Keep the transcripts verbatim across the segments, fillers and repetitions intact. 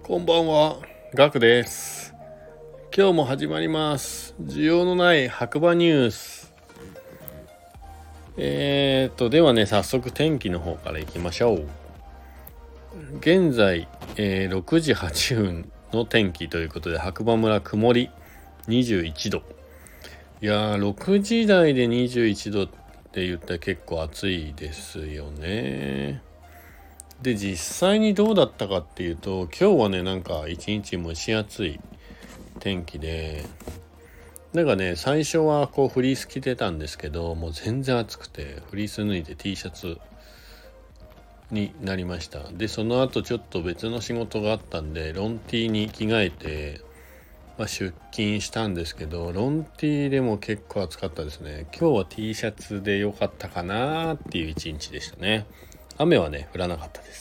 こんばんは、ガクです。今日も始まります。需要のない白馬ニュース。えーとではね、早速天気の方からいきましょう。現在、えー、ろくじはっぷんの天気ということで、白馬村曇りにじゅういちど。いやー、ろくじ台でにじゅういちどって言ったら結構暑いですよね。で実際にどうだったかっていうと、今日はねなんか一日蒸し暑い天気で、なんかね最初はこうフリース着てたんですけど、もう全然暑くてフリース脱いで T シャツになりました。でその後ちょっと別の仕事があったんでロン T に着替えて、まあ、出勤したんですけど、ロン T でも結構暑かったですね。今日は T シャツで良かったかなっていう一日でしたね。雨はね降らなかったです。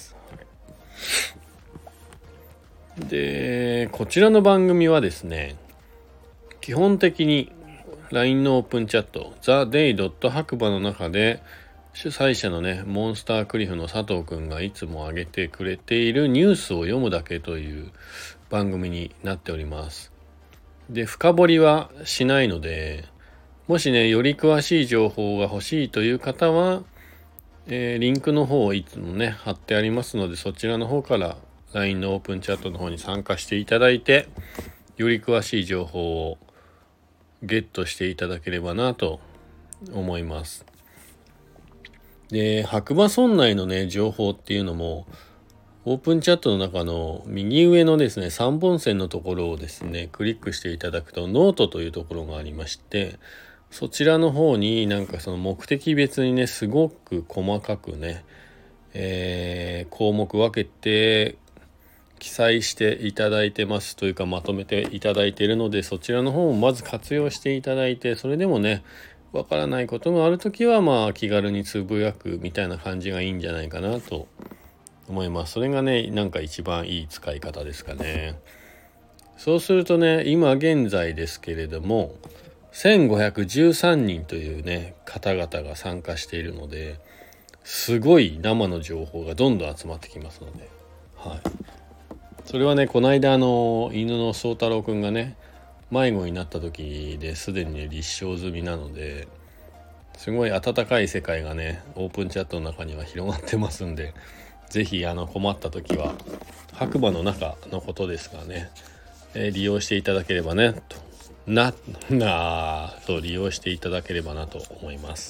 でこちらの番組はですね、基本的に ライン のオープンチャット ザ・デイ 白馬の中で主催者のねモンスタークリフの佐藤くんがいつも上げてくれているニュースを読むだけという番組になっております。で深掘りはしないので、もしねより詳しい情報が欲しいという方は、えー、リンクの方をいつもね貼ってありますので、そちらの方から ライン のオープンチャットの方に参加していただいて、より詳しい情報をゲットしていただければなと思います。で白馬村内のね情報っていうのもオープンチャットの中の右上のですねさんぼん線のところをですねクリックしていただくとノートというところがありまして、そちらの方になんかその目的別にねすごく細かくね、えー、項目分けて記載していただいてますというか、まとめていただいているので、そちらの方をまず活用していただいて、それでもねわからないことがあるときはまあ気軽につぶやくみたいな感じがいいんじゃないかなと思います。それがねなんか一番いい使い方ですかね。そうするとね今現在ですけれどもせんごひゃくじゅうさんにんというね方々が参加しているので、すごい生の情報がどんどん集まってきますので、はい、それはねこの間あの犬の宗太郎くんがね迷子になった時ですでにね立証済みなので、すごい温かい世界がねオープンチャットの中には広がってますんで、ぜひあの困った時は白馬の中のことですからね、えー、利用していただければねとななと利用していただければなと思います。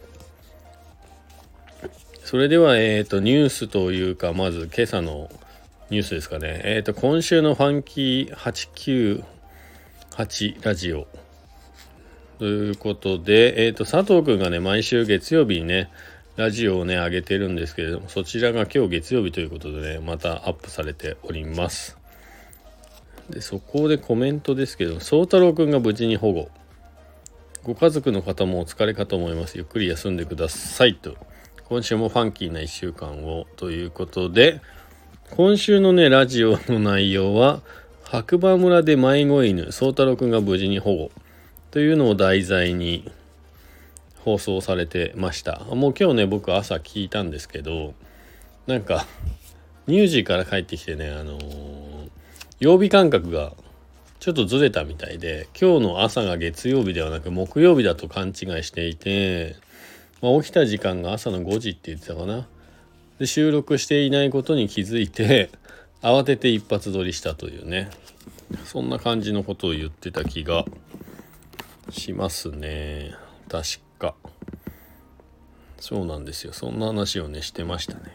それではえっとニュースというか、まず今朝のニュースですかね。えっと今週のファンキーはちきゅうはちラジオということで、えっと佐藤くんがね毎週月曜日にねラジオをね上げてるんですけれども、そちらが今日月曜日ということでねまたアップされております。でそこでコメントですけど、宗太郎くんが無事に保護、ご家族の方もお疲れかと思います、ゆっくり休んでくださいと、今週もファンキーないっしゅうかんをということで、今週のねラジオの内容は白馬村で迷子犬宗太郎くんが無事に保護というのを題材に放送されてました。もう今日ね僕朝聞いたんですけど、なんか乳児から帰ってきてね、あのー、曜日感覚がちょっとずれたみたいで、今日の朝が月曜日ではなく木曜日だと勘違いしていて、まあ、起きた時間が朝のごじって言ってたかな。で収録していないことに気づいて慌てて一発撮りしたというね、そんな感じのことを言ってた気がしますね。確かそうなんですよ。そんな話をねしてましたね。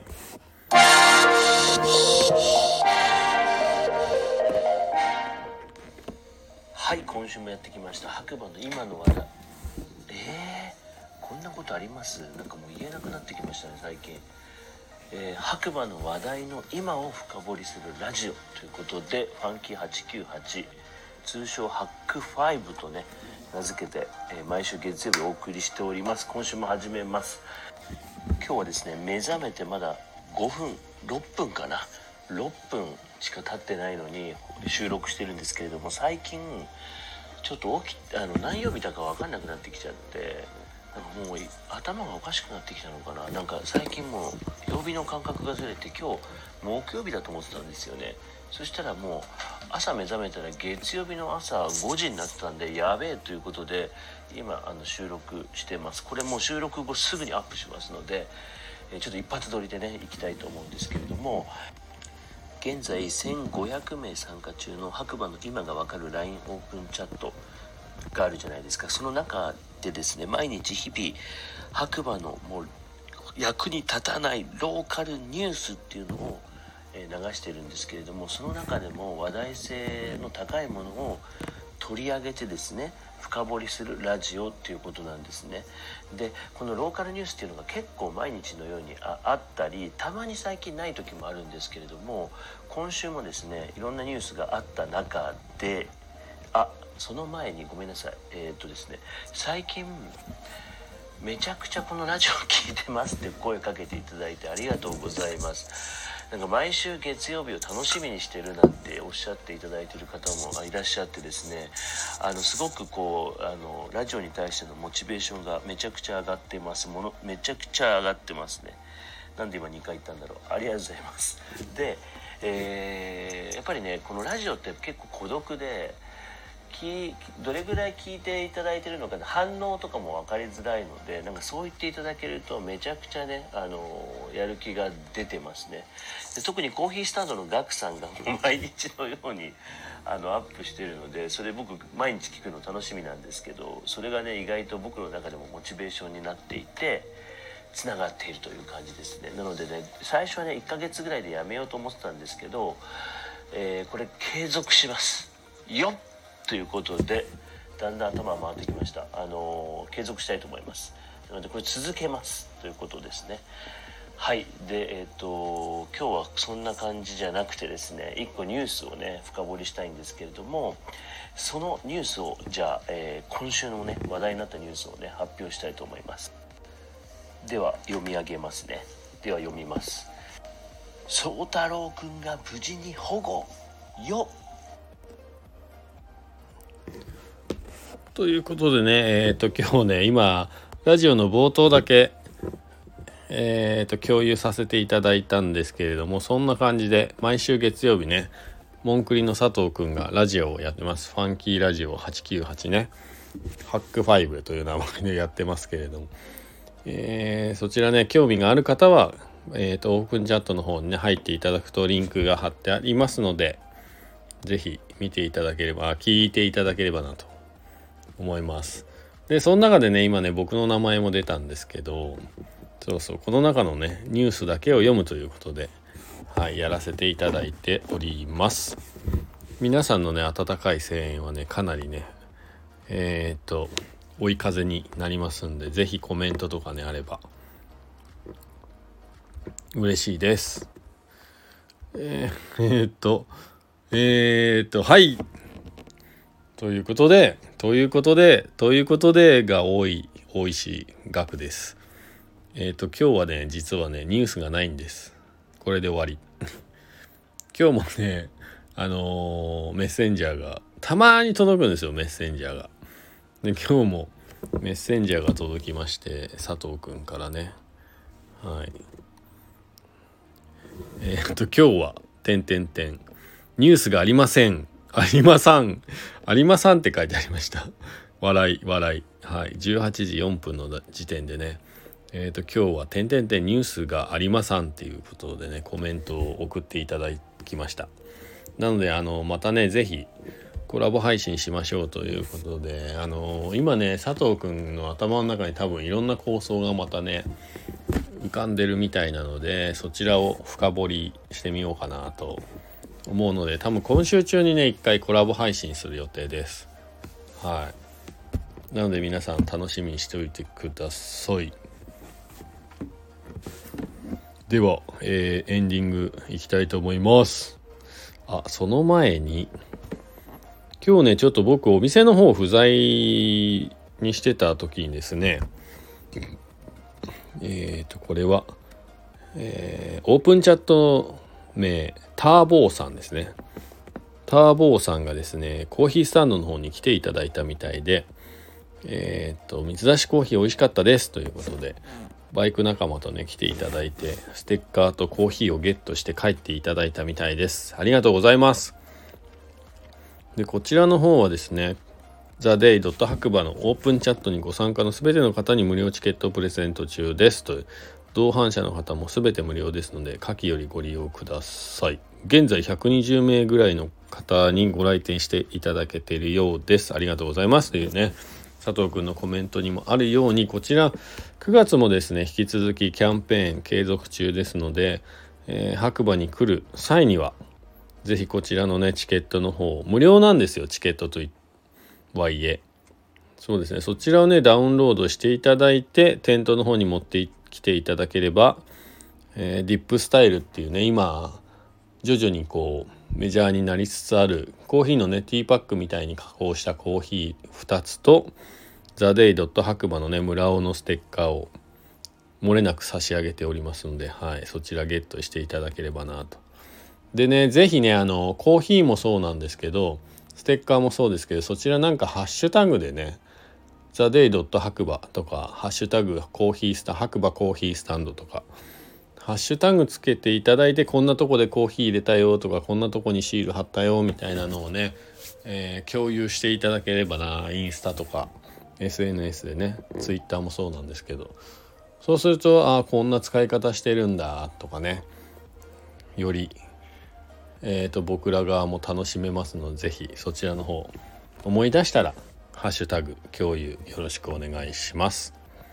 はい、今週もやってきました白馬の今の話題。えー、こんなことあります？なんかもう言えなくなってきましたね最近。えー、白馬の話題の今を深掘りするラジオということで、ファンキーはちきゅうはち、通称ハックファイブとね名付けて、えー、毎週月曜日お送りしております。今週も始めます。今日はですね目覚めてまだごふんろっぷんかな、ろっぷんしか経ってないのに収録してるんですけれども、最近ちょっと起きあの何曜日だか分かんなくなってきちゃって、なんかもう頭がおかしくなってきたのかな。なんか最近もう曜日の感覚がずれて、今日木曜日だと思ってたんですよね。 そしたらもう朝目覚めたら月曜日の朝ごじになってたんで、やべえということで今あの収録してます。これもう収録後すぐにアップしますので、えちょっと一発撮りでね行きたいと思うんですけれども、現在せんごひゃくめい参加中の白馬の今がわかる ライン オープンチャットがあるじゃないですか。その中でですね、毎日日々白馬のもう役に立たないローカルニュースっていうのを流してるんですけれども、その中でも話題性の高いものを取り上げてですね深掘りするラジオっていうことなんですね。でこのローカルニュースっていうのが結構毎日のように あ, あったり、たまに最近ない時もあるんですけれども、今週もですねいろんなニュースがあった中で、あその前にごめんなさいえー、っとですね最近めちゃくちゃこのラジオ聞いてますって声かけていただいてありがとうございます。なんか毎週月曜日を楽しみにしてるなんておっしゃっていただいている方もいらっしゃってですね、あのすごくこうあのラジオに対してのモチベーションがめちゃくちゃ上がってますものめちゃくちゃ上がってますね。なんで今にかい言ったんだろう。ありがとうございます。で、えー、やっぱりねこのラジオって結構孤独で、きどれぐらい聞いていただいてるのか反応とかも分かりづらいので、なんかそう言っていただけるとめちゃくちゃねあのやる気が出てますね。で特にコーヒースタンドのガクさんがもう毎日のようにあのアップしてるので、それ僕毎日聞くの楽しみなんですけど、それがね意外と僕の中でもモチベーションになっていてつながっているという感じですね。なのでね最初はねいっかげつぐらいでやめようと思ってたんですけど、えー、これ継続しますよっということでだんだん頭が回ってきました。あのー、継続したいと思います。なのでこれ続けますということですね。はいでえっ、ー、と今日はそんな感じじゃなくてですね、いっこニュースをね深掘りしたいんですけれども、そのニュースをじゃあ、えー、今週のね話題になったニュースをね発表したいと思います。では読み上げますね。では読みます。宗太郎くんが無事に保護よ。 ということでね、えっと今日ね今ラジオの冒頭だけえっと共有させていただいたんですけれども、そんな感じで毎週月曜日ねモンクリの佐藤くんがラジオをやってます。ファンキーラジオはちきゅうはちね、ハックファイブという名前でやってますけれども、えー、そちらね興味がある方は、えー、とオープンチャットの方にね入っていただくとリンクが貼ってありますので、ぜひ見ていただければ聞いていただければなと思います。でその中でね今ね僕の名前も出たんですけど、そうそうこの中のねニュースだけを読むということで、はいやらせていただいております。皆さんのね温かい声援はねかなりねえー、っと追い風になりますんで、ぜひコメントとかねあれば嬉しいです。えー、えー、っとえー、っとはいということでということでということでが多い多いし額です。えっと今日はね実はねニュースがないんです。これで終わり。今日もねあのー、メッセンジャーがたまに届くんですよ。メッセンジャーがで今日もメッセンジャーが届きまして、佐藤くんからね、はいえっと今日は点点点ニュースがありませんありまさんありまさんって書いてありました。笑い笑い。はいじゅうはちじよんぷんの時点でね、えっと今日は点点点ニュースがありまさんっていうことでねコメントを送っていただきました。なのであのまたねぜひコラボ配信しましょうということで、あの今ね佐藤くんの頭の中に多分いろんな構想がまたね浮かんでるみたいなので、そちらを深掘りしてみようかなと思うので、多分今週中にね一回コラボ配信する予定です。はいなので皆さん楽しみにしておいてください。では、えー、エンディングいきたいと思います。あその前に今日ねちょっと僕お店の方不在にしてた時にですね、えっとこれは、えー、オープンチャット名ターボーさんですね。ターボーさんがですねコーヒースタンドの方に来ていただいたみたいで、えっと水出しコーヒー美味しかったですということで、 バイク仲間とね来ていただいて、ステッカーとコーヒーをゲットして帰っていただいたみたいです。ありがとうございます。でこちらの方はですね、ザデイ白馬のオープンチャットにご参加のすべての方に無料チケットをプレゼント中ですという、同伴者の方もすべて無料ですので、下記よりご利用ください。現在ひゃくにじゅうめいぐらいの方にご来店していただけているようです。ありがとうございますというね、佐藤くんのコメントにもあるように、こちらくがつもですね引き続きキャンペーン継続中ですので、えー、白馬に来る際にはぜひこちらのねチケットの方、無料なんですよ、チケットとはいえ。そうですね、そちらをねダウンロードしていただいて、テントの方に持ってきていただければ、えー、ディップスタイルっていうね、今徐々にこうメジャーになりつつあるコーヒーのねティーパックみたいに加工したコーヒーふたつと、ザデイ白馬のね村尾のステッカーを漏れなく差し上げておりますので、はい、そちらゲットしていただければなと。でね、ぜひね、あのコーヒーもそうなんですけど、ステッカーもそうですけど、そちらなんかハッシュタグでね、ザデイ白馬とか、ハッシュタグコーヒースタ白馬コーヒースタンドとか、ハッシュタグつけていただいて、こんなとこでコーヒー入れたよとか、こんなとこにシール貼ったよみたいなのをね、えー、共有していただければな。インスタとか エスエヌエス でね、ツイッターもそうなんですけど、そうすると、ああこんな使い方してるんだとかね、よりえーと僕ら側も楽しめますので、ぜひそちらの方思い出したらハッシュタグ共有よろしくお願いします。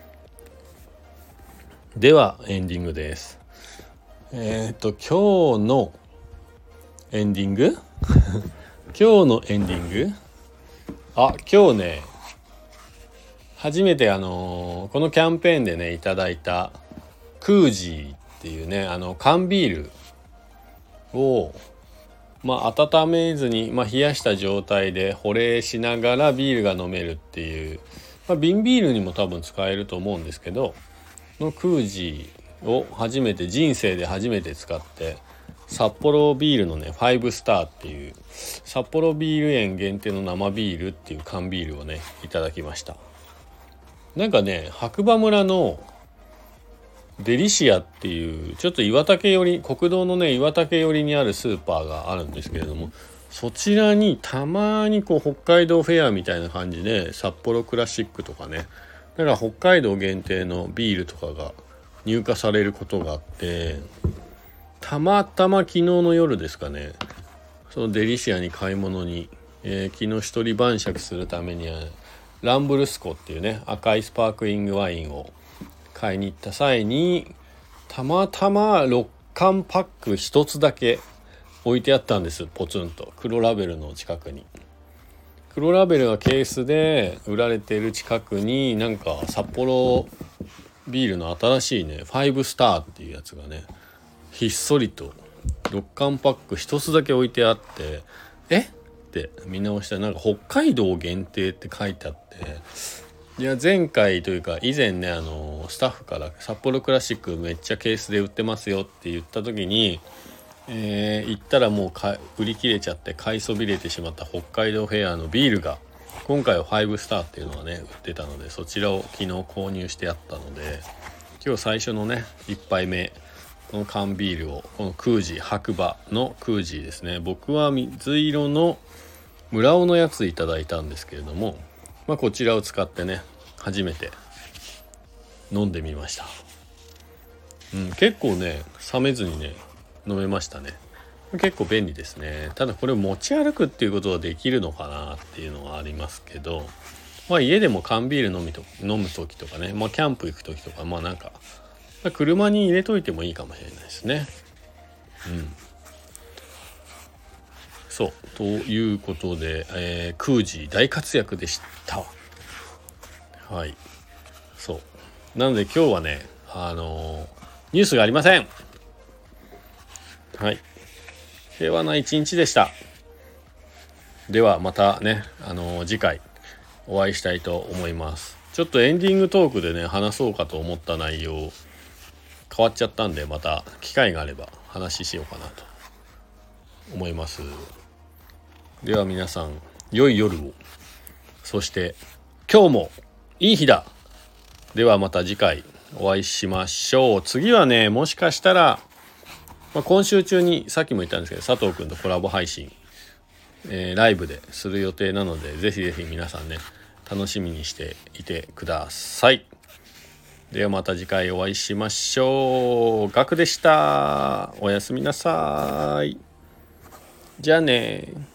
ではエンディングです。えーと今日のエンディング今日のエンディングあ今日ね、初めてあのー、このキャンペーンでねいただいたクージーっていうね、あの缶ビールをまあ温めずに、まあ、冷やした状態で保冷しながらビールが飲めるっていう、まあ、瓶ビールにも多分使えると思うんですけど、のクージーを初めて、人生で初めて使って、札幌ビールのねファイブスターっていう札幌ビール園限定の生ビールっていう缶ビールをねいただきました。なんかね、白馬村のデリシアっていうちょっと岩岳寄り、国道のね岩岳寄りにあるスーパーがあるんですけれども、そちらにたまにこう北海道フェアみたいな感じで札幌クラシックとかね、だから北海道限定のビールとかが入荷されることがあって、たまたま昨日の夜ですかね、そのデリシアに買い物に、えー、昨日一人晩酌するためにはランブルスコっていうね赤いスパークリングワインを買いに行った際に、たまたまろっかんパックひとつだけ置いてあったんです。ポツンと黒ラベルの近くに、黒ラベルがケースで売られている近くに、なんか札幌ビールの新しいねファイブスターっていうやつがねひっそりとろっかんパックひとつだけ置いてあって、えって見直したら、なんか北海道限定って書いてあって、いや前回というか以前ね、あのスタッフから札幌クラシックめっちゃケースで売ってますよって言った時に、えー、行ったらもうか売り切れちゃって買いそびれてしまった北海道フェアのビールが今回はファイブスターっていうのがね売ってたので、そちらを昨日購入してあったので、今日最初のねいっぱいめこの缶ビールを、このクージー白馬のクージーですね、僕は水色の村尾のやついただいたんですけれども、まあ、こちらを使ってね初めて飲んでみました。うん、結構ね冷めずにね飲めましたね。結構便利ですね。ただこれを持ち歩くっていうことはできるのかなっていうのはありますけど、まあ家でも缶ビール飲みと飲む時とかね、まあキャンプ行く時とか、まあなんか車に入れといてもいいかもしれないですね。うんそうということで、えー、クージー大活躍でしたわ。はい、そうなので今日はね、あのー、ニュースがありません。はい、平和な一日でした。ではまたね、あのー、次回お会いしたいと思います。ちょっとエンディングトークでね話そうかと思った内容変わっちゃったんで、また機会があれば話しようかなと思います。では皆さん良い夜を、そして今日もいい日だ。ではまた次回お会いしましょう。次はね、もしかしたら、まあ、今週中にさっきも言ったんですけど佐藤くんとコラボ配信、えー、ライブでする予定なので、ぜひぜひ皆さんね楽しみにしていてください。ではまた次回お会いしましょう。ガクでした。おやすみなさい。じゃあね。